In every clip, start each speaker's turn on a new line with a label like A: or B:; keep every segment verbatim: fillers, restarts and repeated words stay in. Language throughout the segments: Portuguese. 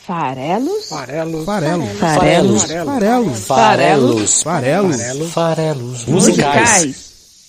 A: Farelos?
B: Farelos.
C: Farelos.
A: Farelos.
C: Farelos.
A: Farelos.
C: Farelos.
B: Farelos
A: Musicais.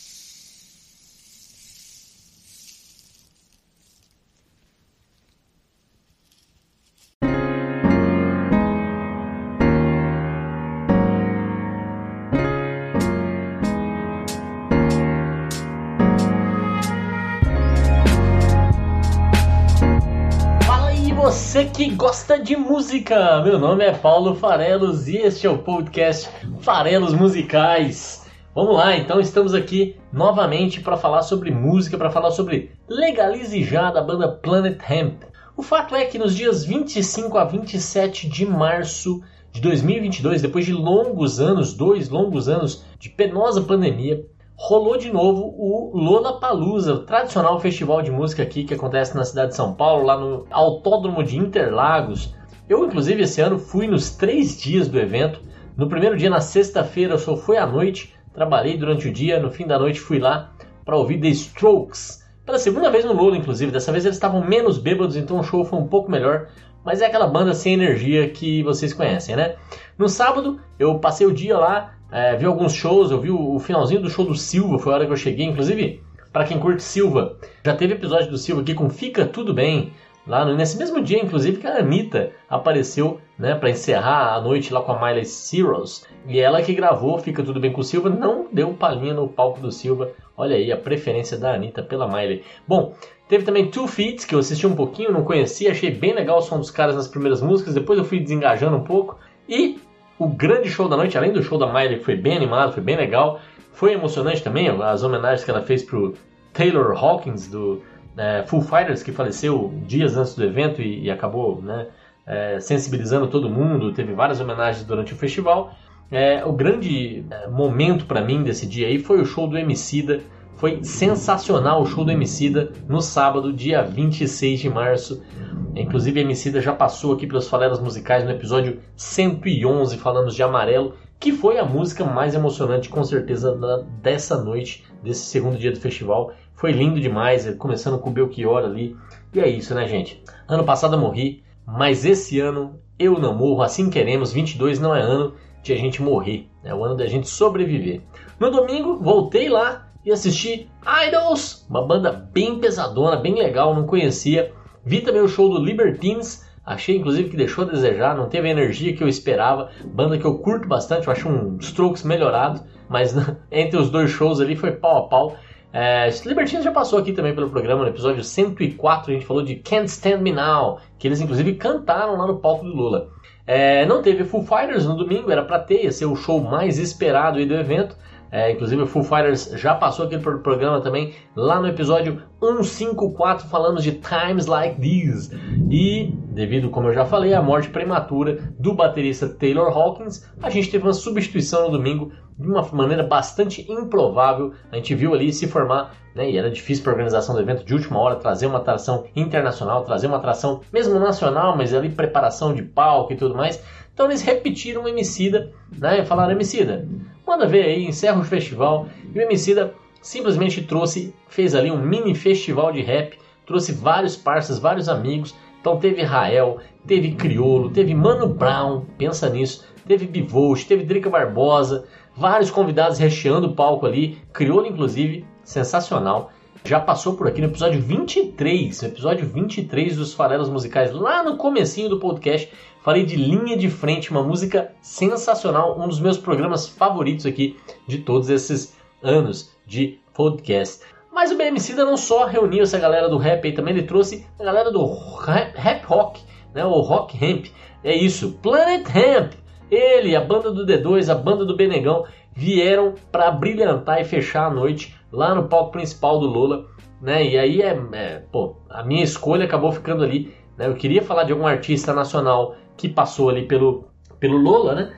D: Você que gosta de música, meu nome é Paulo Farelos e este é o podcast Farelos Musicais. Vamos lá, então estamos aqui novamente para falar sobre música, para falar sobre Legalize Já, da banda Planet Hemp. O fato é que nos dias vinte e cinco a vinte e sete de março de dois mil e vinte e dois, depois de longos anos, dois longos anos de penosa pandemia, rolou de novo o Lollapalooza, o tradicional festival de música aqui que acontece na cidade de São Paulo, lá no Autódromo de Interlagos. Eu, inclusive, esse ano fui nos três dias do evento. No primeiro dia, na sexta-feira, eu só fui à noite, trabalhei durante o dia, no fim da noite fui lá para ouvir The Strokes. Pela segunda vez no Lola, inclusive, dessa vez eles estavam menos bêbados, então o show foi um pouco melhor, mas é aquela banda sem energia que vocês conhecem, né? No sábado, eu passei o dia lá, É, vi alguns shows, eu vi o, o finalzinho do show do Silva, foi a hora que eu cheguei, inclusive, para quem curte Silva, já teve episódio do Silva aqui com Fica Tudo Bem, lá no, nesse mesmo dia, inclusive, que a Anitta apareceu, né, para encerrar a noite lá com a Miley Cyrus, e ela que gravou Fica Tudo Bem com o Silva, não deu palhinha no palco do Silva, olha aí a preferência da Anitta pela Miley. Bom, teve também Two Feet, que eu assisti um pouquinho, não conhecia, achei bem legal o som dos caras nas primeiras músicas, depois eu fui desengajando um pouco, e o grande show da noite, além do show da Miley, que foi bem animado, foi bem legal, foi emocionante também, as homenagens que ela fez pro Taylor Hawkins, do é, Foo Fighters, que faleceu dias antes do evento e, e acabou, né, é, sensibilizando todo mundo, teve várias homenagens durante o festival. É, o grande é, momento para mim desse dia aí foi o show do Emicida. Foi sensacional o show do Emicida no sábado, dia vinte e seis de março. Inclusive, Emicida já passou aqui pelos Farelos Musicais no episódio cento e onze, falamos de Amarelo, que foi a música mais emocionante, com certeza, da, dessa noite, desse segundo dia do festival. Foi lindo demais, começando com o Belchior ali. E é isso, né, gente? Ano passado eu morri, mas esse ano eu não morro, assim queremos. vinte e dois não é ano de a gente morrer, é o ano da gente sobreviver. No domingo, voltei lá e assisti Idols, uma banda bem pesadona, bem legal, não conhecia. Vi também o show do Libertines, achei inclusive que deixou a desejar, não teve a energia que eu esperava. Banda que eu curto bastante, eu acho um Strokes melhorado, mas entre os dois shows ali foi pau a pau. É, Libertines já passou aqui também pelo programa, no episódio cento e quatro, a gente falou de Can't Stand Me Now, que eles inclusive cantaram lá no palco do Lula. É, não teve Foo Fighters no domingo, era pra ter, ia ser o show mais esperado aí do evento. É, inclusive o Foo Fighters já passou aqui pro programa também, lá no episódio cento e cinquenta e quatro falamos de Times Like These. E devido, como eu já falei, à morte prematura do baterista Taylor Hawkins, a gente teve uma substituição no domingo de uma maneira bastante improvável. A gente viu ali se formar, né, e era difícil para a organização do evento de última hora trazer uma atração internacional, trazer uma atração mesmo nacional, mas ali preparação de palco e tudo mais. Então eles repetiram o Emicida, né, e falaram: Emicida, manda ver aí, encerra o festival. E o Emicida simplesmente trouxe, fez ali um mini festival de rap, trouxe vários parceiros, vários amigos. Então teve Rael, teve Criolo, teve Mano Brown, pensa nisso, teve Bivolt, teve Drica Barbosa, vários convidados recheando o palco ali, Criolo inclusive, sensacional. Já passou por aqui no episódio vinte e três, no episódio vinte e três dos Farelos Musicais, lá no comecinho do podcast, falei de Linha de Frente, uma música sensacional, um dos meus programas favoritos aqui de todos esses anos de podcast. Mas o B M C ainda não só reuniu essa galera do rap aí, também ele trouxe a galera do rap, rap rock, né, o Rock Hemp. É isso, Planet Hemp, ele, a banda do D dois, a banda do Benegão, vieram para brilhantar e fechar a noite lá no palco principal do Lola, né? E aí é, é pô, a minha escolha acabou ficando ali, né? Eu queria falar de algum artista nacional que passou ali pelo, pelo Lola, né?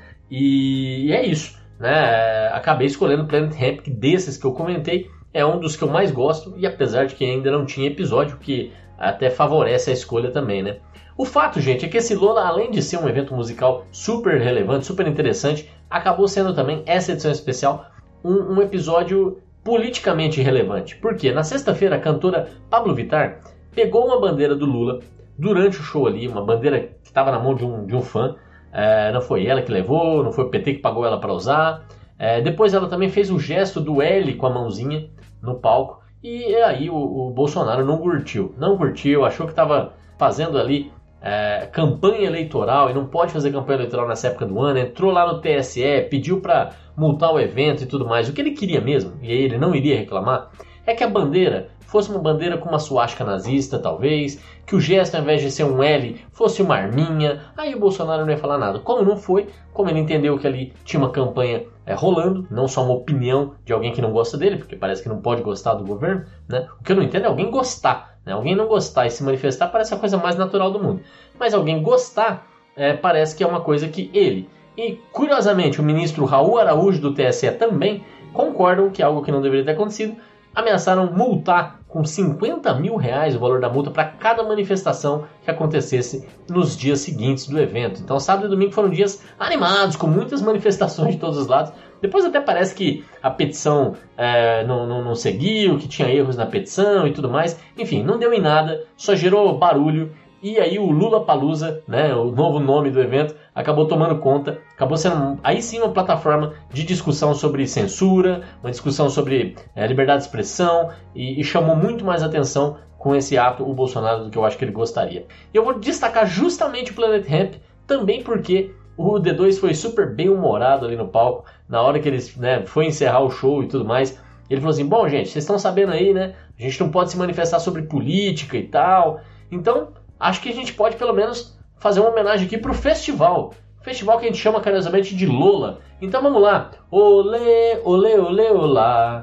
D: E é isso, né? Acabei escolhendo o Planet Hemp, que desses que eu comentei é um dos que eu mais gosto, e apesar de que ainda não tinha episódio, que até favorece a escolha também, né? O fato, gente, é que esse Lola, além de ser um evento musical super relevante, super interessante, acabou sendo também, essa edição especial, um, um episódio politicamente relevante. Por quê? Na sexta-feira, a cantora Pabllo Vittar pegou uma bandeira do Lula, durante o show ali, uma bandeira que estava na mão de um, de um fã. É, não foi ela que levou, não foi o P T que pagou ela para usar. É, depois ela também fez o gesto do L com a mãozinha no palco. E aí o, o Bolsonaro não curtiu. Não curtiu, achou que estava fazendo ali é, campanha eleitoral e não pode fazer campanha eleitoral nessa época do ano. Entrou lá no T S E, pediu para multar o evento e tudo mais. O que ele queria mesmo, e aí ele não iria reclamar, é que a bandeira fosse uma bandeira com uma suástica nazista, talvez, que o gesto, ao invés de ser um L, fosse uma arminha. Aí o Bolsonaro não ia falar nada. Como não foi, como ele entendeu que ali tinha uma campanha é, rolando, não só uma opinião de alguém que não gosta dele, porque parece que não pode gostar do governo, né? O que eu não entendo é alguém gostar, né? Alguém não gostar e se manifestar parece a coisa mais natural do mundo. Mas alguém gostar é, parece que é uma coisa que ele, e curiosamente o ministro Raul Araújo do T S E também, concordam que é algo que não deveria ter acontecido. Ameaçaram multar com cinquenta mil reais o valor da multa para cada manifestação que acontecesse nos dias seguintes do evento. Então sábado e domingo foram dias animados, com muitas manifestações de todos os lados. Depois até parece que a petição é, não, não, não seguiu, que tinha erros na petição e tudo mais. Enfim, não deu em nada, só gerou barulho. E aí o Lulapalooza, né, o novo nome do evento, acabou tomando conta, acabou sendo aí sim uma plataforma de discussão sobre censura, uma discussão sobre é, liberdade de expressão e, e chamou muito mais atenção com esse ato o Bolsonaro do que eu acho que ele gostaria. E eu vou destacar justamente o Planet Hemp, também porque o D dois foi super bem humorado ali no palco, na hora que ele né, foi encerrar o show e tudo mais. Ele falou assim, bom gente, vocês estão sabendo aí, né, a gente não pode se manifestar sobre política e tal, então acho que a gente pode pelo menos fazer uma homenagem aqui pro festival. Festival que a gente chama carinhosamente de Lola. Então vamos lá. Olê, olê, olê, olá.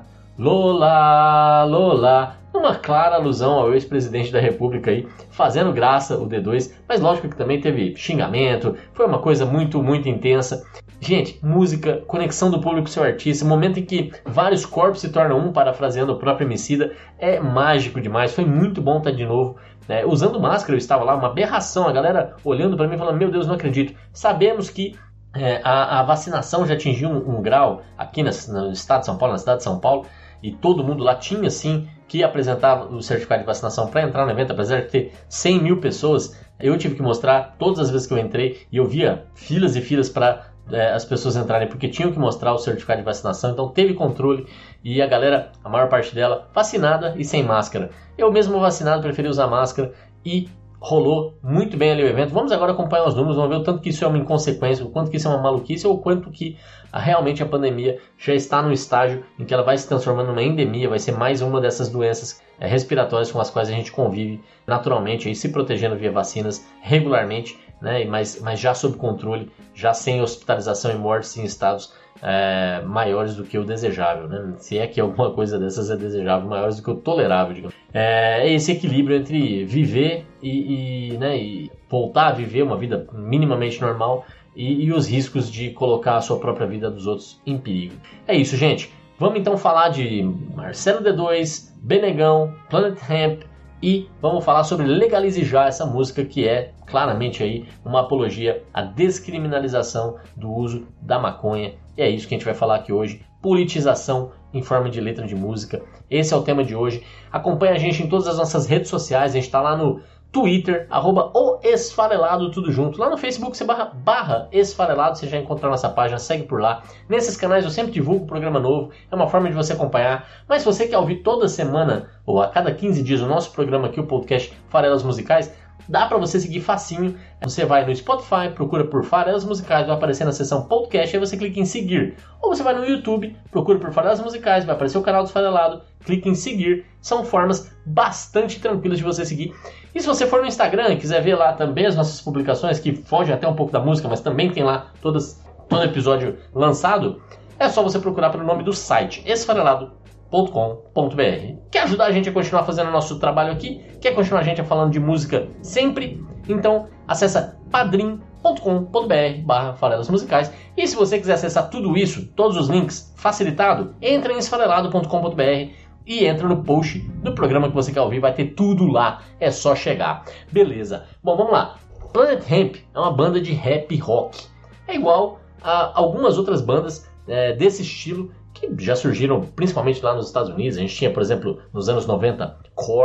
D: Lola, Lola. Uma clara alusão ao ex-presidente da República aí, fazendo graça o D dois. Mas lógico que também teve xingamento. Foi uma coisa muito, muito intensa. Gente, música, conexão do público com seu artista, momento em que vários corpos se tornam um, parafraseando o próprio Emicida, é mágico demais. Foi muito bom estar de novo. É, usando máscara, eu estava lá, uma aberração, a galera olhando para mim e falando, meu Deus, não acredito. Sabemos que é, a, a vacinação já atingiu um, um grau aqui no, no estado de São Paulo, na cidade de São Paulo, e todo mundo lá tinha sim que apresentar o certificado de vacinação para entrar no evento, apesar de ter cem mil pessoas. Eu tive que mostrar todas as vezes que eu entrei e eu via filas e filas para é, as pessoas entrarem, porque tinham que mostrar o certificado de vacinação, então teve controle e a galera, a maior parte dela, vacinada e sem máscara. Eu mesmo vacinado, preferi usar máscara e rolou muito bem ali o evento. Vamos agora acompanhar os números, vamos ver o tanto que isso é uma inconsequência, o quanto que isso é uma maluquice ou o quanto que a, realmente a pandemia já está no estágio em que ela vai se transformando numa endemia, vai ser mais uma dessas doenças é, respiratórias com as quais a gente convive naturalmente, aí, se protegendo via vacinas regularmente, né, mas, mas já sob controle, já sem hospitalização e mortes em estados é, maiores do que o desejável, né? Se é que alguma coisa dessas é desejável, maiores do que o tolerável, digamos. É esse equilíbrio entre viver e, e, né, e voltar a viver uma vida minimamente normal e, e os riscos de colocar a sua própria vida dos outros em perigo. É isso, gente. Vamos então falar de Marcelo D dois, Benegão, Planet Hemp e vamos falar sobre Legalize Já, essa música que é claramente aí uma apologia à descriminalização do uso da maconha. E é isso que a gente vai falar aqui hoje, politização em forma de letra de música. Esse é o tema de hoje. Acompanhe a gente em todas as nossas redes sociais, a gente está lá no Twitter, arroba o Esfarelado, tudo junto. Lá no Facebook, você barra, barra Esfarelado, você já encontra a nossa página, segue por lá. Nesses canais eu sempre divulgo programa novo, é uma forma de você acompanhar. Mas se você quer ouvir toda semana, ou a cada quinze dias, o nosso programa aqui, o podcast Farelas Musicais, dá pra você seguir facinho. Você vai no Spotify, procura por Farelas Musicais, vai aparecer na seção podcast, aí você clica em seguir. Ou você vai no YouTube, procura por Farelas Musicais, vai aparecer o canal do Esfarelado, clica em seguir. São formas bastante tranquilas de você seguir. E se você for no Instagram e quiser ver lá também as nossas publicações, que fogem até um pouco da música, mas também tem lá todas, todo episódio lançado, é só você procurar pelo nome do site, esfarelado ponto com ponto br. Quer ajudar a gente a continuar fazendo o nosso trabalho aqui? Quer continuar a gente a falando de música sempre? Então acessa padrim ponto com ponto br barra farelas musicais. E se você quiser acessar tudo isso, todos os links, facilitado, entra em esfarelado ponto com ponto br e entra no post do programa que você quer ouvir, vai ter tudo lá, é só chegar. Beleza. Bom, vamos lá. Planet Hemp é uma banda de rap rock. É igual a algumas outras bandas é, desse estilo que já surgiram principalmente lá nos Estados Unidos. A gente tinha, por exemplo, nos anos noventa, Korn,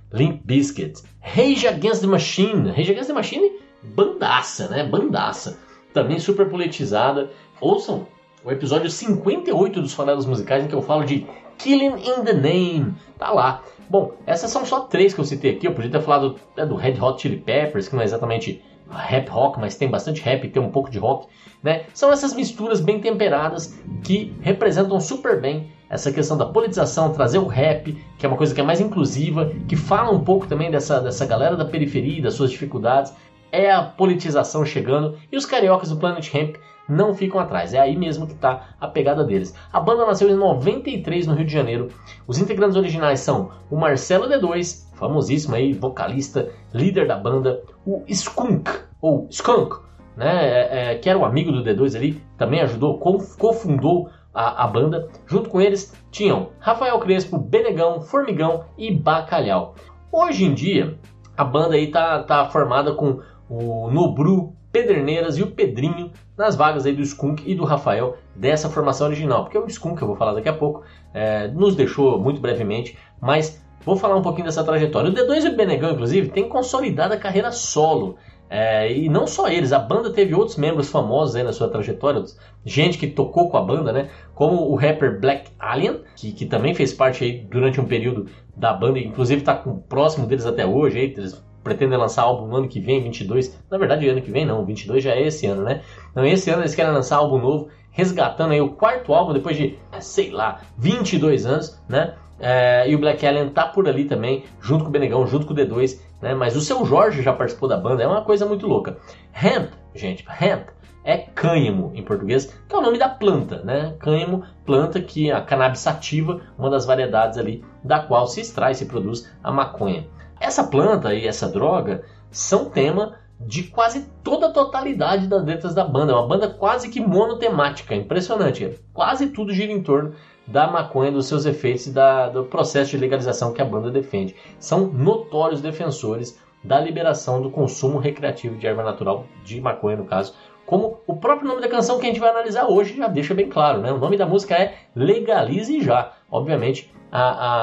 D: Limp Bizkit, Rage Against the Machine, Rage Against the Machine, bandaça, né? Bandaça. Também super politizada. Ouçam o episódio cinquenta e oito dos Farelos Musicais, em que eu falo de Killing in the Name. Tá lá. Bom, essas são só três que eu citei aqui. Eu podia ter falado é, do Red Hot Chili Peppers, que não é exatamente rap rock, mas tem bastante rap e tem um pouco de rock, né? São essas misturas bem temperadas que representam super bem essa questão da politização, trazer o rap, que é uma coisa que é mais inclusiva, que fala um pouco também dessa, dessa galera da periferia, das suas dificuldades. É a politização chegando e os cariocas do Planet Hemp não ficam atrás. É aí mesmo que está a pegada deles. A banda nasceu em noventa e três no Rio de Janeiro. Os integrantes originais são o Marcelo D dois, famosíssimo aí, vocalista, líder da banda, o Skunk, ou Skunk, né, é, é, que era um amigo do D dois ali, também ajudou, cofundou a, a banda. Junto com eles tinham Rafael Crespo, Benegão, Formigão e Bacalhau. Hoje em dia, a banda aí tá, tá formada com o Nobru, Pederneiras e o Pedrinho nas vagas aí do Skunk e do Rafael dessa formação original, porque o Skunk, que eu vou falar daqui a pouco, é, nos deixou muito brevemente, mas vou falar um pouquinho dessa trajetória. O D dois e o Benegão, inclusive, têm consolidada carreira solo, é, e não só eles, a banda teve outros membros famosos aí na sua trajetória, gente que tocou com a banda, né, como o rapper Black Alien, que, que também fez parte aí durante um período da banda, inclusive está próximo deles até hoje, aí, eles pretendem lançar álbum no ano que vem, vinte e dois. Na verdade, ano que vem não, vinte e dois já é esse ano, né? Então, esse ano eles querem lançar álbum novo, resgatando aí o quarto álbum depois de, sei lá, vinte e dois anos, né? É, e o Black Alien tá por ali também, junto com o Benegão, junto com o D dois, né? Mas o Seu Jorge já participou da banda, é uma coisa muito louca. Hemp, gente, hemp é cânhamo em português, que é o nome da planta, né? Cânhamo, planta que é a cannabis sativa, uma das variedades ali da qual se extrai, se produz a maconha. Essa planta e essa droga são tema de quase toda a totalidade das letras da banda. É uma banda quase que monotemática, impressionante. Quase tudo gira em torno da maconha, dos seus efeitos e da, do processo de legalização que a banda defende. São notórios defensores da liberação do consumo recreativo de erva natural, de maconha no caso, como o próprio nome da canção que a gente vai analisar hoje já deixa bem claro, né? O nome da música é Legalize Já. Obviamente, a,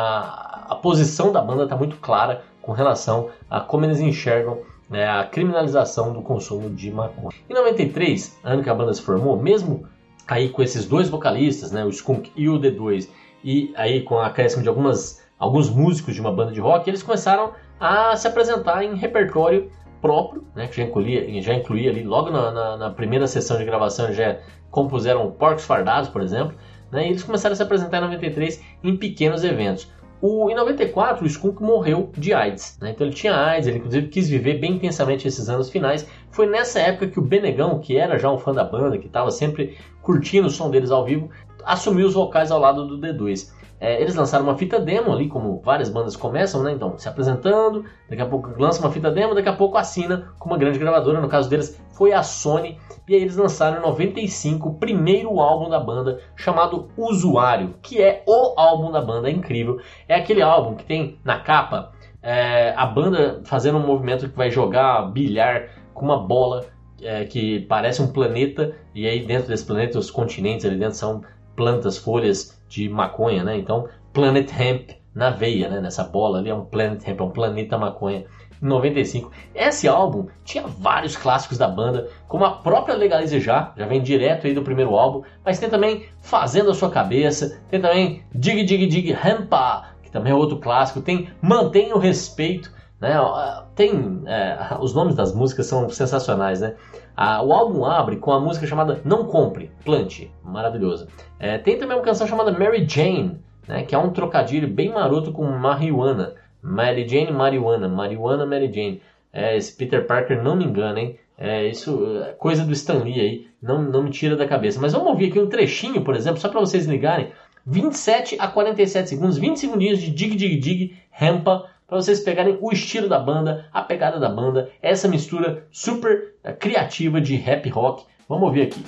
D: a, a posição da banda está muito clara com relação a como eles enxergam, né, a criminalização do consumo de maconha. Em noventa e três, ano que a banda se formou, mesmo aí com esses dois vocalistas, né, o Skunk e o D dois, e aí com a acréscimo de algumas, alguns músicos de uma banda de rock, eles começaram a se apresentar em repertório próprio, né, que já incluía, já incluía ali, logo na, na, na primeira sessão de gravação, já compuseram Porcos Fardados, por exemplo, né, e eles começaram a se apresentar em noventa e três em pequenos eventos. O, em noventa e quatro, o Skunk morreu de AIDS, né? Então ele tinha AIDS, ele inclusive quis viver bem intensamente esses anos finais. Foi nessa época que o Benegão, que era já um fã da banda, que estava sempre curtindo o som deles ao vivo, assumiu os vocais ao lado do D dois. É, eles lançaram uma fita demo ali, como várias bandas começam, né? Então, se apresentando, daqui a pouco lança uma fita demo, daqui a pouco assina com uma grande gravadora, no caso deles foi a Sony, e aí eles lançaram em noventa e cinco o primeiro álbum da banda, chamado Usuário, que é o álbum da banda, é incrível. É aquele álbum que tem na capa é, a banda fazendo um movimento que vai jogar bilhar com uma bola é, que parece um planeta, e aí dentro desse planeta os continentes ali dentro são plantas, folhas de maconha, né? Então, Planet Hemp na veia, né? Nessa bola ali é um Planet Hemp, é um planeta maconha. Em noventa e cinco. Esse álbum tinha vários clássicos da banda, como a própria Legalize Já, já vem direto aí do primeiro álbum, mas tem também Fazendo a Sua Cabeça, tem também Dig Dig Dig Hempa, que também é outro clássico, tem Mantenha o Respeito, né? Tem, é, os nomes das músicas são sensacionais, né? Ah, o álbum abre com a música chamada Não Compre, Plante, maravilhosa. É, tem também uma canção chamada Mary Jane, né? Que é um trocadilho bem maroto com marihuana. Mary Jane, marihuana, marihuana, Mary Jane. É, esse Peter Parker não me engana, hein? É, isso é coisa do Stan Lee aí, não, não me tira da cabeça. Mas vamos ouvir aqui um trechinho, por exemplo, só para vocês ligarem. vinte e sete a quarenta e sete segundos, vinte segundinhos de Dig Dig Dig, Hempa, para vocês pegarem o estilo da banda, a pegada da banda, essa mistura super uh, criativa de rap rock. Vamos ouvir aqui.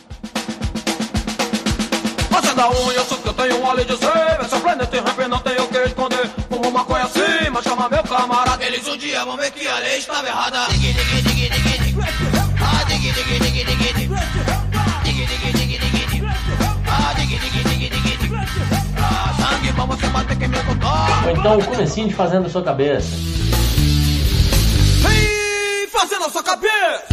B: Você dá um, eu sou que eu tenho um alho de ser. Essa planeta rap não tem o que esconder. Fumo maconha assim, mas chama meu camarada. Eles um dia vão ver que a lei estava errada. Dig, dig, dig, dig, dig. Ah, dig, dig, dig, dig, dig. Dig, dig, dig, dig, dig. Ah, dig, dig, dig, dig, dig. Ah, sangue, vamos se bater que me contou.
D: Ou então o comecinho de Fazendo a Sua Cabeça.
B: Vem fazer na sua cabeça!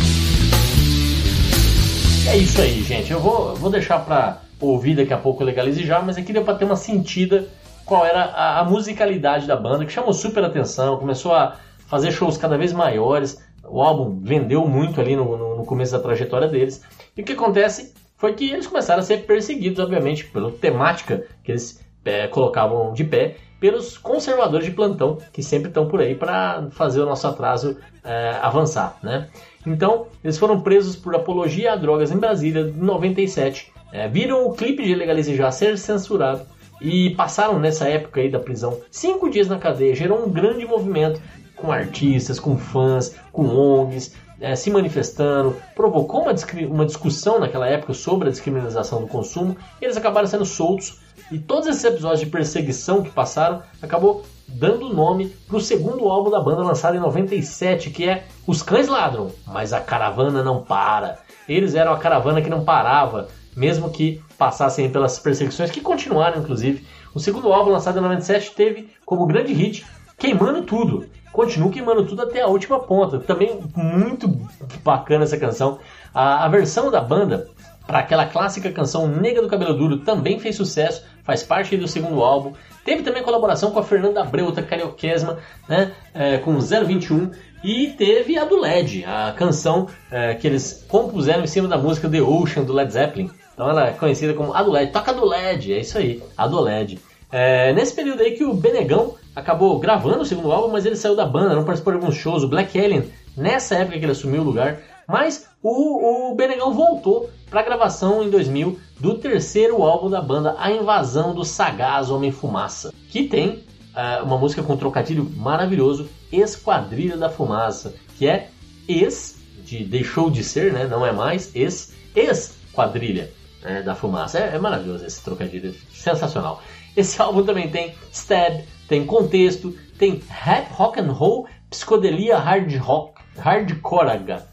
D: É isso aí, gente. Eu vou, vou deixar pra ouvir daqui a pouco o Legalize Já, mas aqui deu pra ter uma sentida qual era a, a musicalidade da banda, que chamou super atenção, começou a fazer shows cada vez maiores. O álbum vendeu muito ali no, no, no começo da trajetória deles. E o que acontece foi que eles começaram a ser perseguidos, obviamente, pela temática que eles é, colocavam de pé, pelos conservadores de plantão, que sempre estão por aí para fazer o nosso atraso é, avançar, né? Então, eles foram presos por apologia a drogas em Brasília em noventa e sete. É, viram o clipe de Legalize Já ser censurado e passaram nessa época aí da prisão cinco dias na cadeia. Gerou um grande movimento com artistas, com fãs, com O N Gs, é, se manifestando, provocou uma, uma discussão naquela época sobre a descriminalização do consumo, e eles acabaram sendo soltos, e todos esses episódios de perseguição que passaram acabou dando nome para o segundo álbum da banda, lançado em noventa e sete, que é Os Cães Ladram, mas a caravana não para. Eles eram a caravana que não parava, mesmo que passassem pelas perseguições, que continuaram inclusive. O segundo álbum, lançado em noventa e sete, teve como grande hit Queimando Tudo. Continua queimando tudo até a última ponta. Também muito bacana essa canção. A, a versão da banda para aquela clássica canção Nega do Cabelo Duro também fez sucesso, faz parte do segundo álbum. Teve também colaboração com a Fernanda Abreu, outra carioquesma, né, é, com zero vinte e um. E teve a do L E D, a canção é, que eles compuseram em cima da música The Ocean, do Led Zeppelin. Então ela é conhecida como a do L E D. Toca do L E D, é isso aí, a do L E D. É, nesse período aí que o Benegão acabou gravando o segundo álbum, mas ele saiu da banda, não participou de alguns shows. O Black Alien, nessa época que ele assumiu o lugar, mas o, o Benegão voltou para a gravação em dois mil do terceiro álbum da banda, A Invasão do Sagaz Homem-Fumaça, que tem uh, uma música com um trocadilho maravilhoso, Esquadrilha da Fumaça, que é ex, de deixou de ser, né? Não é mais, ex, ex-quadrilha, né, da fumaça. É, é maravilhoso esse trocadilho, sensacional. Esse álbum também tem Stab, tem Contexto, tem Rap, Rock and Roll, Psicodelia, Hard Rock, Hardcore,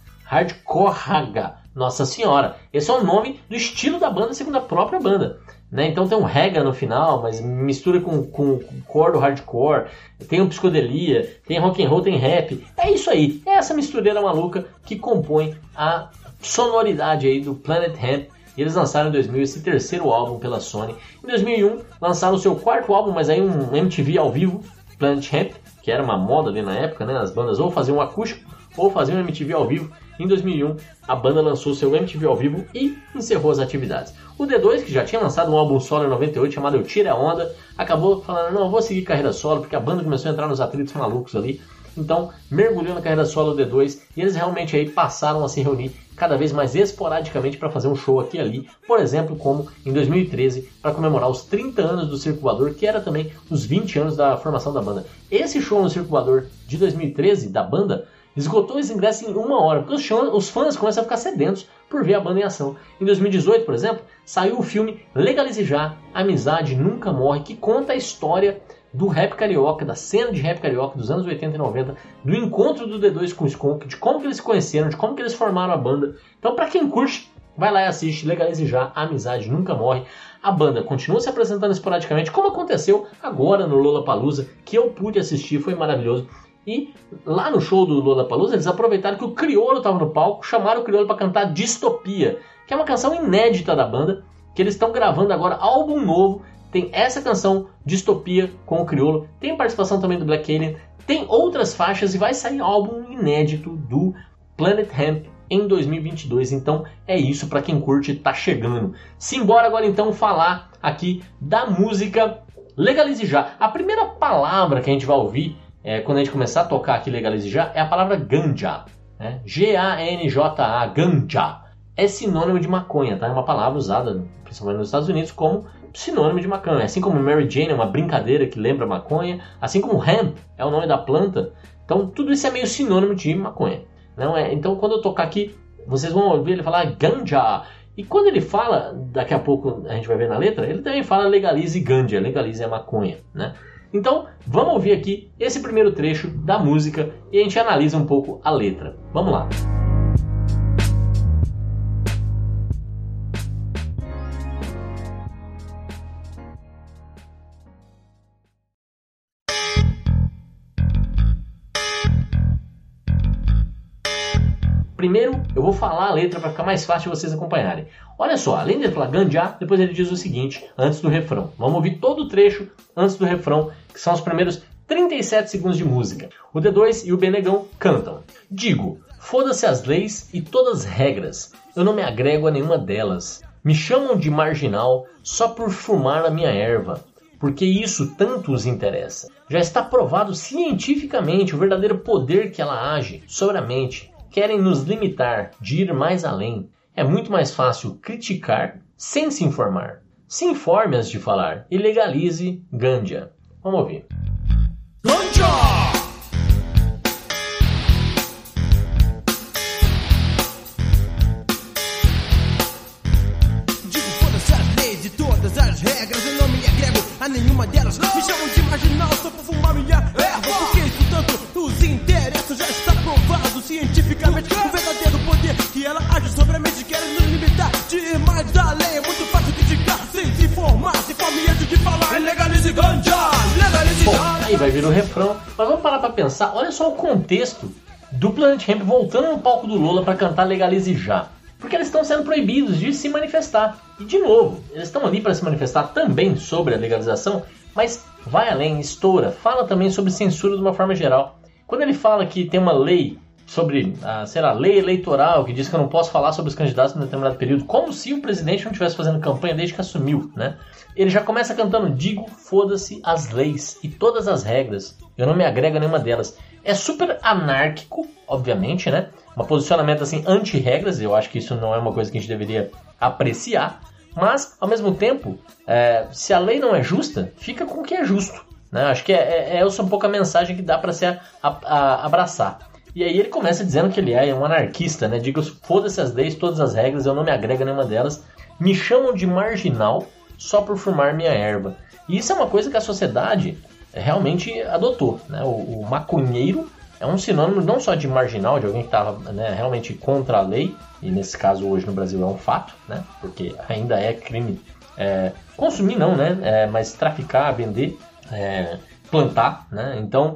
D: Hardcore, Nossa Senhora. Esse é o nome do estilo da banda, segundo a própria banda, né? Então tem um rega no final, mas mistura com, com, com core do hardcore, tem um psicodelia, tem rock and roll, tem rap. É isso aí, é essa mistureira maluca que compõe a sonoridade aí do Planet Hemp. E eles lançaram em dois mil esse terceiro álbum pela Sony. Em dois mil e um lançaram o seu quarto álbum, mas aí um M T V ao vivo, Planet Hemp, que era uma moda ali na época, né? As bandas ou faziam um acústico ou faziam um M T V ao vivo. Em dois mil e um a banda lançou seu M T V ao vivo e encerrou as atividades. O D dois, que já tinha lançado um álbum solo em noventa e oito chamado Eu Tire a Onda, acabou falando, não, eu vou seguir carreira solo, porque a banda começou a entrar nos atritos malucos ali. Então mergulhou na carreira solo do D dois e eles realmente aí passaram a se reunir cada vez mais esporadicamente para fazer um show aqui e ali, por exemplo, como em dois mil e treze, para comemorar os trinta anos do Circo Voador, que era também os vinte anos da formação da banda. Esse show no Circo Voador de dois mil e treze, da banda, esgotou os ingressos em uma hora, porque os, shows, os fãs começam a ficar sedentos por ver a banda em ação. Em dois mil e dezoito, por exemplo, saiu o filme Legalize Já, Amizade Nunca Morre, que conta a história do rap carioca, da cena de rap carioca dos anos oitenta e noventa, do encontro do D dois com o Skonk, de como que eles se conheceram, de como que eles formaram a banda. Então, pra quem curte, vai lá e assiste Legalize Já, Amizade Nunca Morre. A banda continua se apresentando esporadicamente, como aconteceu agora no Lollapalooza, que eu pude assistir, foi maravilhoso. E lá no show do Lollapalooza, eles aproveitaram que o Criolo estava no palco, chamaram o Criolo para cantar Distopia, que é uma canção inédita da banda, que eles estão gravando agora, álbum novo. Tem essa canção, Distopia, com o Criolo. Tem participação também do Black Alien. Tem outras faixas e vai sair álbum inédito do Planet Hemp em dois mil e vinte e dois. Então é isso, para quem curte, tá chegando. Simbora agora então falar aqui da música Legalize Já. A primeira palavra que a gente vai ouvir é, quando a gente começar a tocar aqui Legalize Já é a palavra ganja, né? G A N J A, ganja. É sinônimo de maconha, tá? É uma palavra usada principalmente nos Estados Unidos como sinônimo de maconha, assim como Mary Jane é uma brincadeira que lembra maconha, assim como hemp é o nome da planta. Então tudo isso é meio sinônimo de maconha, não é? Então quando eu tocar aqui, vocês vão ouvir ele falar ganja, e quando ele fala, daqui a pouco a gente vai ver na letra, ele também fala legalize ganja, legalize a maconha, né? Então vamos ouvir aqui esse primeiro trecho da música e a gente analisa um pouco a letra. Vamos lá. Primeiro, eu vou falar a letra para ficar mais fácil de vocês acompanharem. Olha só, além de falar ganjá, depois ele diz o seguinte, antes do refrão. Vamos ouvir todo o trecho antes do refrão, que são os primeiros trinta e sete segundos de música. O D dois e o Benegão cantam. Digo, foda-se as leis e todas as regras. Eu não me agrego a nenhuma delas. Me chamam de marginal só por fumar a minha erva. Porque isso tanto os interessa. Já está provado cientificamente o verdadeiro poder que ela age sobre a mente. Querem nos limitar de ir mais além. É muito mais fácil criticar sem se informar. Se informe antes de falar e legalize ganja. Vamos ouvir.
B: Ganja! Digo foda-se as leis e todas as regras. Eu não me agrego a nenhuma delas. Me chamam de marginal só por fumar minha erva. Porque isso tanto os interessa. Já está provado cientificamente o verdadeiro poder que ela age sobre a mente. Querem nos limitar de ir mais além. É muito fácil criticar sem se informar. Se informe antes de falar. Legalize ganja! Legalize
D: Bom,
B: ganja!
D: aí vai vir o refrão. Mas vamos parar pra pensar. Olha só o contexto do Planet Hemp voltando no palco do Lola pra cantar Legalize Já. Porque eles estão sendo proibidos de se manifestar. E de novo, eles estão ali para se manifestar também sobre a legalização, mas vai além, estoura, fala também sobre censura de uma forma geral. Quando ele fala que tem uma lei sobre, a, sei lá, lei eleitoral, que diz que eu não posso falar sobre os candidatos em determinado período, como se o presidente não estivesse fazendo campanha desde que assumiu, né? Ele já começa cantando, digo, foda-se as leis e todas as regras, eu não me agrego a nenhuma delas. É super anárquico, obviamente, né? Um posicionamento assim, anti-regras, eu acho que isso não é uma coisa que a gente deveria apreciar, mas, ao mesmo tempo, é, se a lei não é justa, fica com o que é justo, né? Acho que é, é, é essa um pouco a mensagem que dá para se a, a, a, abraçar. E aí ele começa dizendo que ele é um anarquista, né? Digo, foda-se as leis, todas as regras, eu não me agrego a nenhuma delas. Me chamam de marginal só por fumar minha erva. E isso é uma coisa que a sociedade realmente adotou, né? O, o maconheiro é um sinônimo não só de marginal, de alguém que estava, né, realmente contra a lei, e nesse caso hoje no Brasil é um fato, né? Porque ainda é crime é, consumir não, né? É, mas traficar, vender, é, plantar, né? Então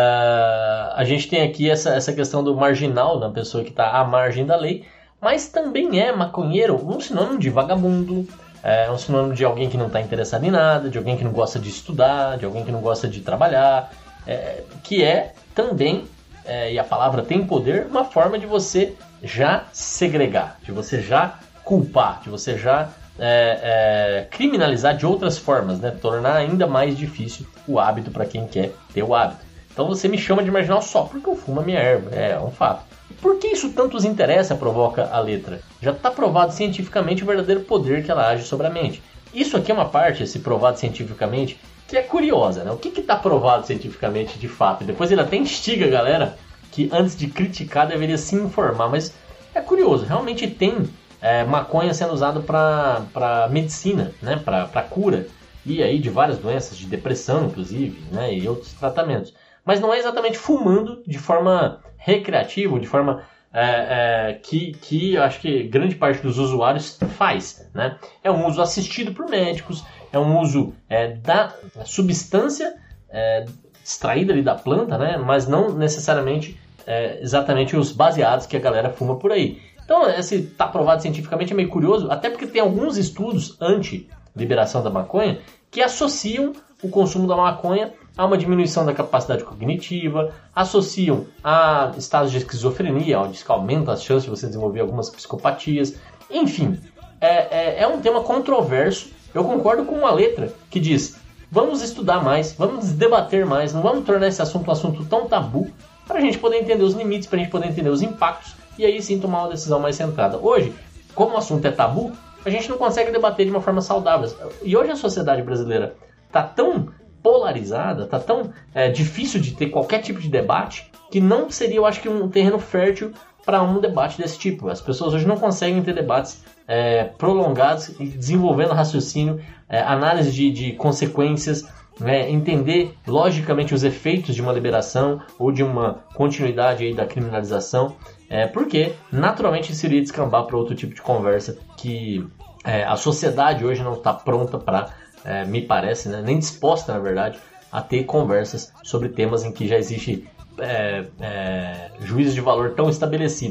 D: uh, a gente tem aqui essa, essa questão do marginal, da pessoa que está à margem da lei, mas também é maconheiro um sinônimo de vagabundo, é um sinônimo de alguém que não está interessado em nada, de alguém que não gosta de estudar, de alguém que não gosta de trabalhar, é, que é também, é, e a palavra tem poder, uma forma de você já segregar, de você já culpar, de você já é, é, criminalizar de outras formas, né? Tornar ainda mais difícil o hábito para quem quer ter o hábito. Então você me chama de marginal só porque eu fumo a minha erva, é um fato. Por que isso tanto os interessa, provoca a letra? Já está provado cientificamente o verdadeiro poder que ela age sobre a mente. Isso aqui é uma parte, esse provado cientificamente, que é curiosa, né? O que está provado cientificamente de fato? E depois ele até instiga a galera que antes de criticar deveria se informar, mas é curioso, realmente tem é, maconha sendo usada para medicina, né? Para cura, e aí de várias doenças, de depressão inclusive, né? E outros tratamentos. Mas não é exatamente fumando de forma recreativa, de forma é, é, que, que eu acho que grande parte dos usuários faz, né? É um uso assistido por médicos, é um uso é, da substância é, extraída ali da planta, né? Mas não necessariamente é, exatamente os baseados que a galera fuma por aí. Então, esse tá provado cientificamente é meio curioso, até porque tem alguns estudos anti-liberação da maconha que associam o consumo da maconha a uma diminuição da capacidade cognitiva, associam a estados de esquizofrenia, onde isso aumenta as chances de você desenvolver algumas psicopatias. Enfim, é, é, é um tema controverso. Eu concordo com uma letra que diz: vamos estudar mais, vamos debater mais, não vamos tornar esse assunto um assunto tão tabu, para a gente poder entender os limites, para a gente poder entender os impactos, e aí sim tomar uma decisão mais centrada. Hoje, como o assunto é tabu, a gente não consegue debater de uma forma saudável. E hoje a sociedade brasileira está tão polarizada, está tão é, difícil de ter qualquer tipo de debate, que não seria, eu acho que, um terreno fértil para um debate desse tipo. As pessoas hoje não conseguem ter debates é, prolongados e desenvolvendo raciocínio, é, análise de, de consequências, né, entender logicamente os efeitos de uma liberação ou de uma continuidade aí da criminalização, é, porque naturalmente isso iria descambar para outro tipo de conversa que é, a sociedade hoje não está pronta para, é, me parece, né, nem disposta, na verdade, a ter conversas sobre temas em que já existe é, é, juízo de valor tão estabelecido.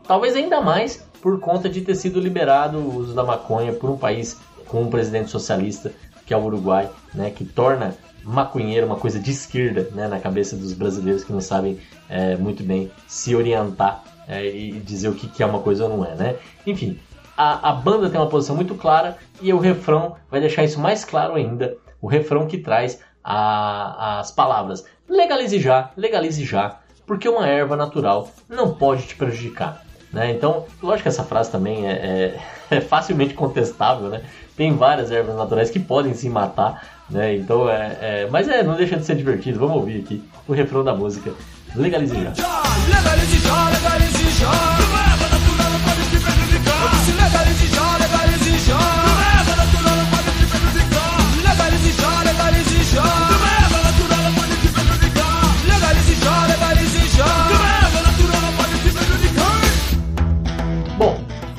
D: Talvez ainda mais por conta de ter sido liberado o uso da maconha por um país com um presidente socialista, que é o Uruguai, né, que torna maconheiro uma coisa de esquerda, né, na cabeça dos brasileiros que não sabem é, muito bem se orientar é, e dizer o que, que é uma coisa ou não é, né? Enfim, a, a banda tem uma posição muito clara e o refrão vai deixar isso mais claro ainda, o refrão que traz a, as palavras legalize já, legalize já, porque uma erva natural não pode te prejudicar. Né? Então, lógico que essa frase também é, é, é facilmente contestável, né? Tem várias ervas naturais que podem se matar, né? Então, é, é, mas é, não deixa de ser divertido. Vamos ouvir aqui o refrão da música. Legalize já.
B: Legalize já, legalize já. Uma erva natural não pode te prejudicar. Eu disse legalize já, legalize já. Uma erva natural não pode te prejudicar. Legalize já, legalize já. Uma erva natural não pode te prejudicar. Legalize já, legalize já. Uma erva natural não pode te prejudicar.
D: Bom,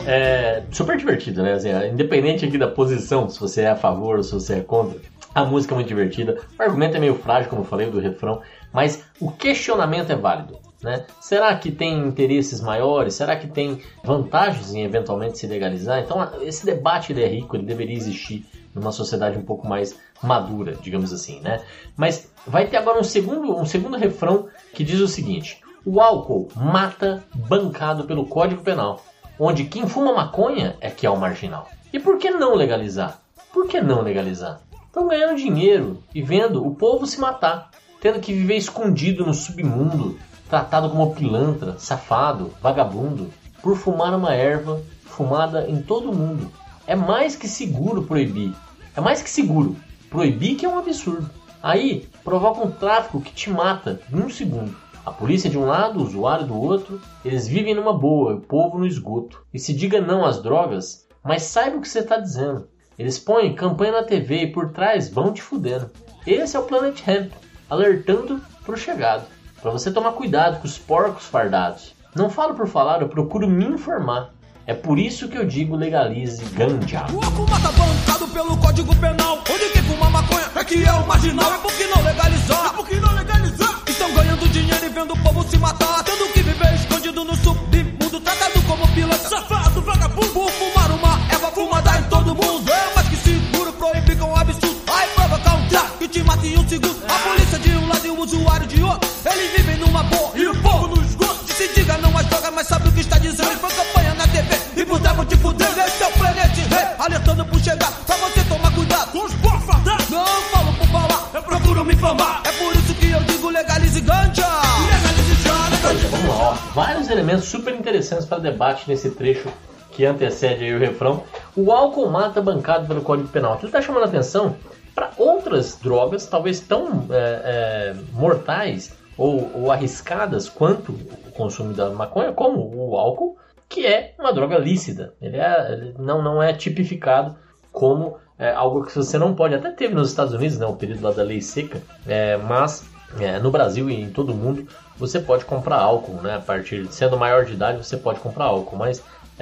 D: é super divertido, né? Assim, independente aqui da posição, se você é a favor ou se você é contra, a música é muito divertida. O argumento é meio frágil, como eu falei, do refrão, mas o questionamento é válido, né? Será que tem interesses maiores? Será que tem vantagens em eventualmente se legalizar? Então, esse debate ele é rico, ele deveria existir numa sociedade um pouco mais madura, digamos assim, né? Mas vai ter agora um segundo, um segundo refrão que diz o seguinte: o álcool mata bancado pelo Código Penal, onde quem fuma maconha é que é o marginal. E por que não legalizar? Por que não legalizar? Estão ganhando dinheiro e vendo o povo se matar, tendo que viver escondido no submundo, tratado como pilantra, safado, vagabundo, por fumar uma erva fumada em todo o mundo. É mais que seguro proibir. É mais que seguro. Proibir que é um absurdo. Aí provoca um tráfico que te mata em um segundo. A polícia de um lado, o usuário do outro, eles vivem numa boa, o povo no esgoto. E se diga não às drogas, mas saiba o que você está dizendo. Eles põem campanha na T V e por trás vão te fudendo. Esse é o Planet Hemp, alertando pro chegado, para você tomar cuidado com os porcos fardados. Não falo por falar, eu procuro me informar. É por isso que eu digo legalize ganja.
B: O álcool mata bancado pelo Código Penal, onde quem fuma maconha é que é o marginal. É por que não legalizar? É por que não legalizar? Estão ganhando dinheiro e vendo o povo se matar, tendo que viver escondido no submundo, tratado como pilantra, safado, vagabundo, por fumar uma erva fumada em todo mundo. É mais que seguro proibir com um absurdo. Aí provocar um tráfico que te mata em um segundo. A polícia de um lado e o usuário de outro, eles vivem numa boa e o povo no esgoto. Se diga não às drogas, mas sabe o que está dizendo. E foi campanha na T V e por trás vão te fuder. Esse é o Planet Rei, alertando por chegar, pra você tomar cuidado com os porfadas. Não falo por falar, eu procuro me informar. É por isso que eu digo legalize ganja. Legalize já, legalize.
D: Vamos lá, ó. Vários elementos super interessantes para debate nesse trecho que antecede aí o refrão. O álcool mata bancado pelo Código Penal. Aquilo está chamando a atenção para outras drogas, talvez tão é, é, mortais ou, ou arriscadas quanto o consumo da maconha, como o álcool, que é uma droga lícita. Ele, é, ele não, não é tipificado como é, algo que você não pode. Até teve nos Estados Unidos, né, o período lá da lei seca, é, mas é, no Brasil e em todo o mundo você pode comprar álcool, né? A partir de sendo maior de idade você pode comprar álcool, mas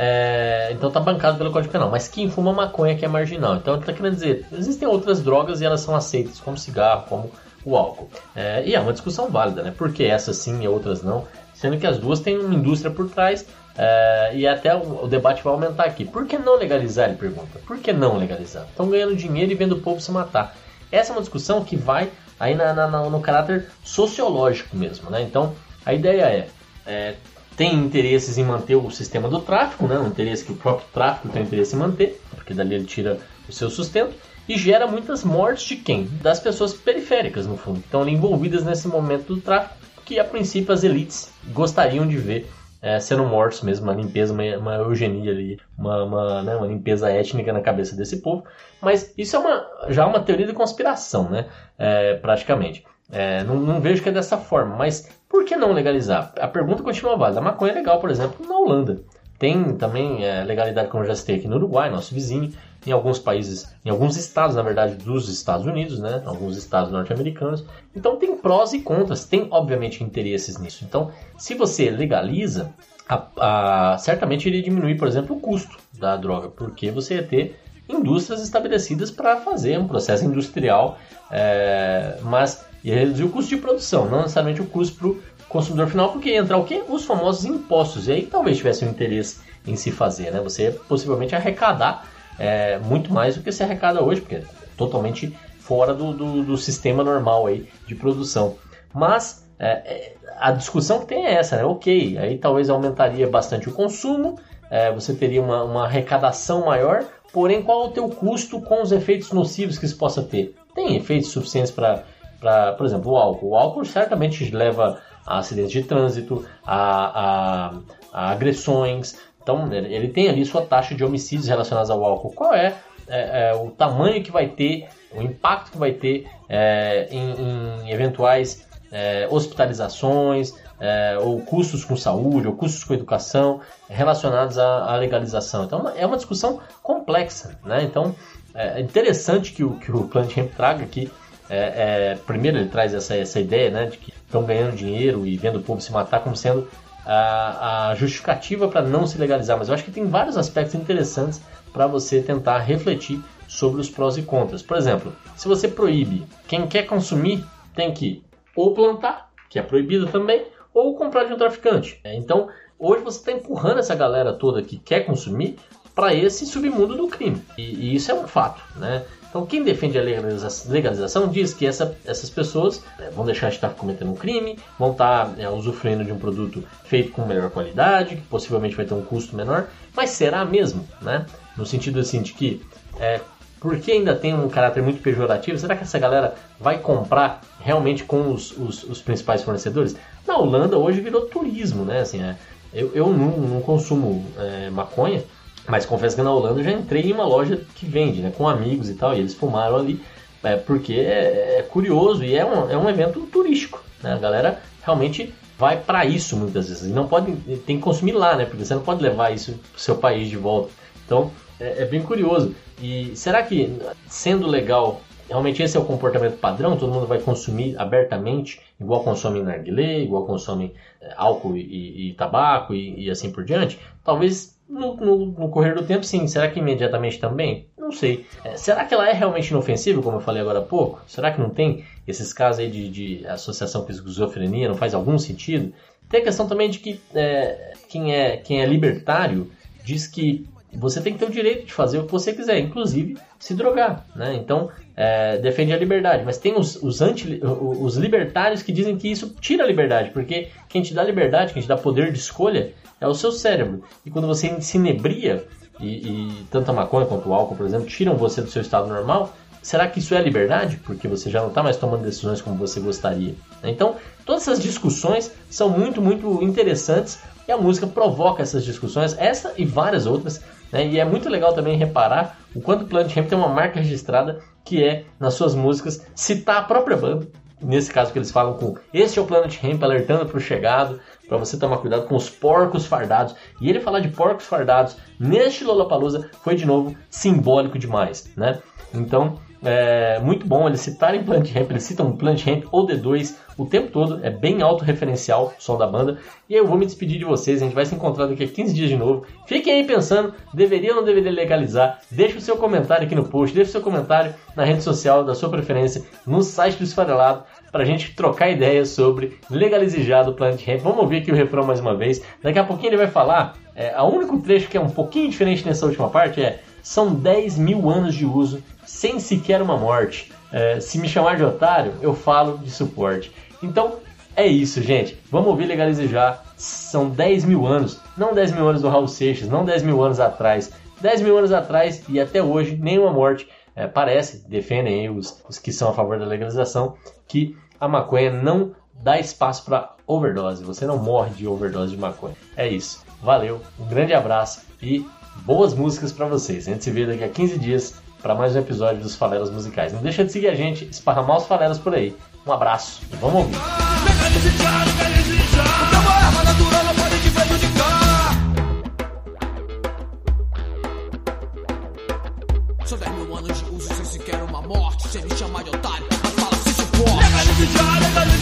D: é, então tá bancado pelo Código Penal. Mas quem fuma maconha que é marginal. Então ele tá querendo dizer, existem outras drogas e elas são aceitas, como cigarro, como o álcool. É, e é uma discussão válida, né? Porque essas sim e outras não, sendo que as duas têm uma indústria por trás. É, e até o, o debate vai aumentar aqui. Por que não legalizar? Ele pergunta. Por que não legalizar? Estão ganhando dinheiro e vendo o povo se matar. Essa é uma discussão que vai aí na, na, no caráter sociológico mesmo, né? Então a ideia é, é tem interesses em manter o sistema do tráfico, né? Um interesse que o próprio tráfico tem interesse em manter, porque dali ele tira o seu sustento, e gera muitas mortes de quem? Das pessoas periféricas, no fundo, que estão ali envolvidas nesse momento do tráfico, que a princípio as elites gostariam de ver é, sendo mortos mesmo, uma limpeza, uma, uma eugenia ali, uma, uma, né, uma limpeza étnica na cabeça desse povo. Mas isso é uma, já uma teoria de conspiração, né? É, praticamente. É, não, não vejo que é dessa forma, mas por que não legalizar? A pergunta continua válida. A maconha é legal, por exemplo, na Holanda. Tem também é, legalidade, como eu já citei aqui no Uruguai, nosso vizinho, em alguns países, em alguns estados, na verdade, dos Estados Unidos, né? Alguns estados norte-americanos. Então tem prós e contras, tem obviamente interesses nisso. Então, se você legaliza, a, a, certamente iria diminuir, por exemplo, o custo da droga, porque você ia ter indústrias estabelecidas para fazer um processo industrial, é, mas ia reduzir o custo de produção, não necessariamente o custo para o consumidor final, porque ia entrar o quê? Os famosos impostos. E aí talvez tivesse um interesse em se fazer, né? Você possivelmente arrecadar é, muito mais do que se arrecada hoje, porque é totalmente fora do, do, do sistema normal aí de produção. Mas é, a discussão que tem é essa, né? Ok, aí talvez aumentaria bastante o consumo, é, você teria uma, uma arrecadação maior, porém qual é o teu custo com os efeitos nocivos que isso possa ter? Tem efeitos suficientes para, por exemplo, o álcool. O álcool certamente leva a acidentes de trânsito, a, a, a agressões. Então, ele tem ali sua taxa de homicídios relacionados ao álcool. Qual é, é, é o tamanho que vai ter, o impacto que vai ter é, em, em eventuais é, hospitalizações, é, ou custos com saúde, ou custos com educação relacionados à, à legalização. Então, é uma discussão complexa, né? Então, é interessante que o, que o Planet Hemp traga aqui. É, é, primeiro, ele traz essa, essa ideia, né, de que estão ganhando dinheiro e vendo o povo se matar como sendo a, a justificativa para não se legalizar, mas eu acho que tem vários aspectos interessantes para você tentar refletir sobre os prós e contras. Por exemplo, se você proíbe, quem quer consumir tem que ou plantar, que é proibido também, ou comprar de um traficante. Então, hoje você está empurrando essa galera toda que quer consumir para esse submundo do crime, e, e isso é um fato, né? Então, quem defende a legalização, legalização diz que essa, essas pessoas é, vão deixar de estar cometendo um crime, vão estar é, usufruindo de um produto feito com melhor qualidade, que possivelmente vai ter um custo menor, mas será mesmo, né? No sentido assim de que, é, porque ainda tem um caráter muito pejorativo, será que essa galera vai comprar realmente com os, os, os principais fornecedores? Na Holanda hoje virou turismo, né? Assim, é, eu, eu não, não consumo é, maconha, mas confesso que na Holanda eu já entrei em uma loja que vende, né, com amigos e tal, e eles fumaram ali, é, porque é, é curioso e é um, é um evento turístico, né? A galera realmente vai para isso muitas vezes, e não pode, tem que consumir lá, né, porque você não pode levar isso pro seu país de volta. Então é, é bem curioso. E será que, sendo legal, realmente esse é o comportamento padrão? Todo mundo vai consumir abertamente, igual consome narguilé, igual consome é, álcool e, e, e tabaco e, e assim por diante? Talvez No, no, no correr do tempo, sim. Será que imediatamente também? Não sei. É, será que ela é realmente inofensiva, como eu falei agora há pouco? Será que não tem esses casos aí de, de associação com esquizofrenia? Não faz algum sentido? Tem a questão também de que é, quem, é, quem é libertário diz que você tem que ter o direito de fazer o que você quiser, inclusive se drogar, né? Então, é, defende a liberdade. Mas tem os, os, anti, os libertários que dizem que isso tira a liberdade, porque quem te dá liberdade, quem te dá poder de escolha é o seu cérebro. E quando você se inebria, e, e tanto a maconha quanto o álcool, por exemplo, tiram você do seu estado normal, será que isso é liberdade? Porque você já não está mais tomando decisões como você gostaria. Então, todas essas discussões são muito, muito interessantes, e a música provoca essas discussões, essa e várias outras, né? E é muito legal também reparar o quanto o Planet Hemp tem uma marca registrada, que é, nas suas músicas, citar a própria banda. Nesse caso que eles falam com "Este é o Planet Hemp", alertando para o chegado, para você tomar cuidado com os porcos fardados. E ele falar de porcos fardados neste Lollapalooza foi, de novo, simbólico demais, né? Então, é muito bom eles citarem Planet Hemp, eles citam Planet Hemp ou D dois o tempo todo, é bem autorreferencial o som da banda. E eu vou me despedir de vocês, a gente vai se encontrar daqui a quinze dias de novo. Fiquem aí pensando, deveria ou não deveria legalizar? Deixe o seu comentário aqui no post, deixe o seu comentário na rede social da sua preferência, no site do Esfarelado, pra gente trocar ideias sobre legalize já do Planet Hemp. Vamos ouvir aqui o refrão mais uma vez. Daqui a pouquinho ele vai falar, é, o único trecho que é um pouquinho diferente nessa última parte é: são dez mil anos de uso, sem sequer uma morte. É, se me chamar de otário, eu falo de suporte. Então, é isso, gente. Vamos ouvir Legalize Já. São dez mil anos. Não dez mil anos do Raul Seixas, não dez mil anos atrás. dez mil anos atrás e até hoje, nenhuma morte. É, parece, defendem aí os, os que são a favor da legalização, que a maconha não dá espaço para overdose. Você não morre de overdose de maconha. É isso. Valeu, um grande abraço e boas músicas para vocês. A gente se vê daqui a quinze dias para mais um episódio dos Falelas Musicais. Não deixa de seguir a gente, esparramar os falelas por aí. Um abraço e vamos ouvir.
B: Legalize já, legalize já. Porque uma arma natural não pode te prejudicar. São dez mil anos de uso sem sequer uma morte. Sem me chamar de otário, mas fala se suporte. Legalize já, legalize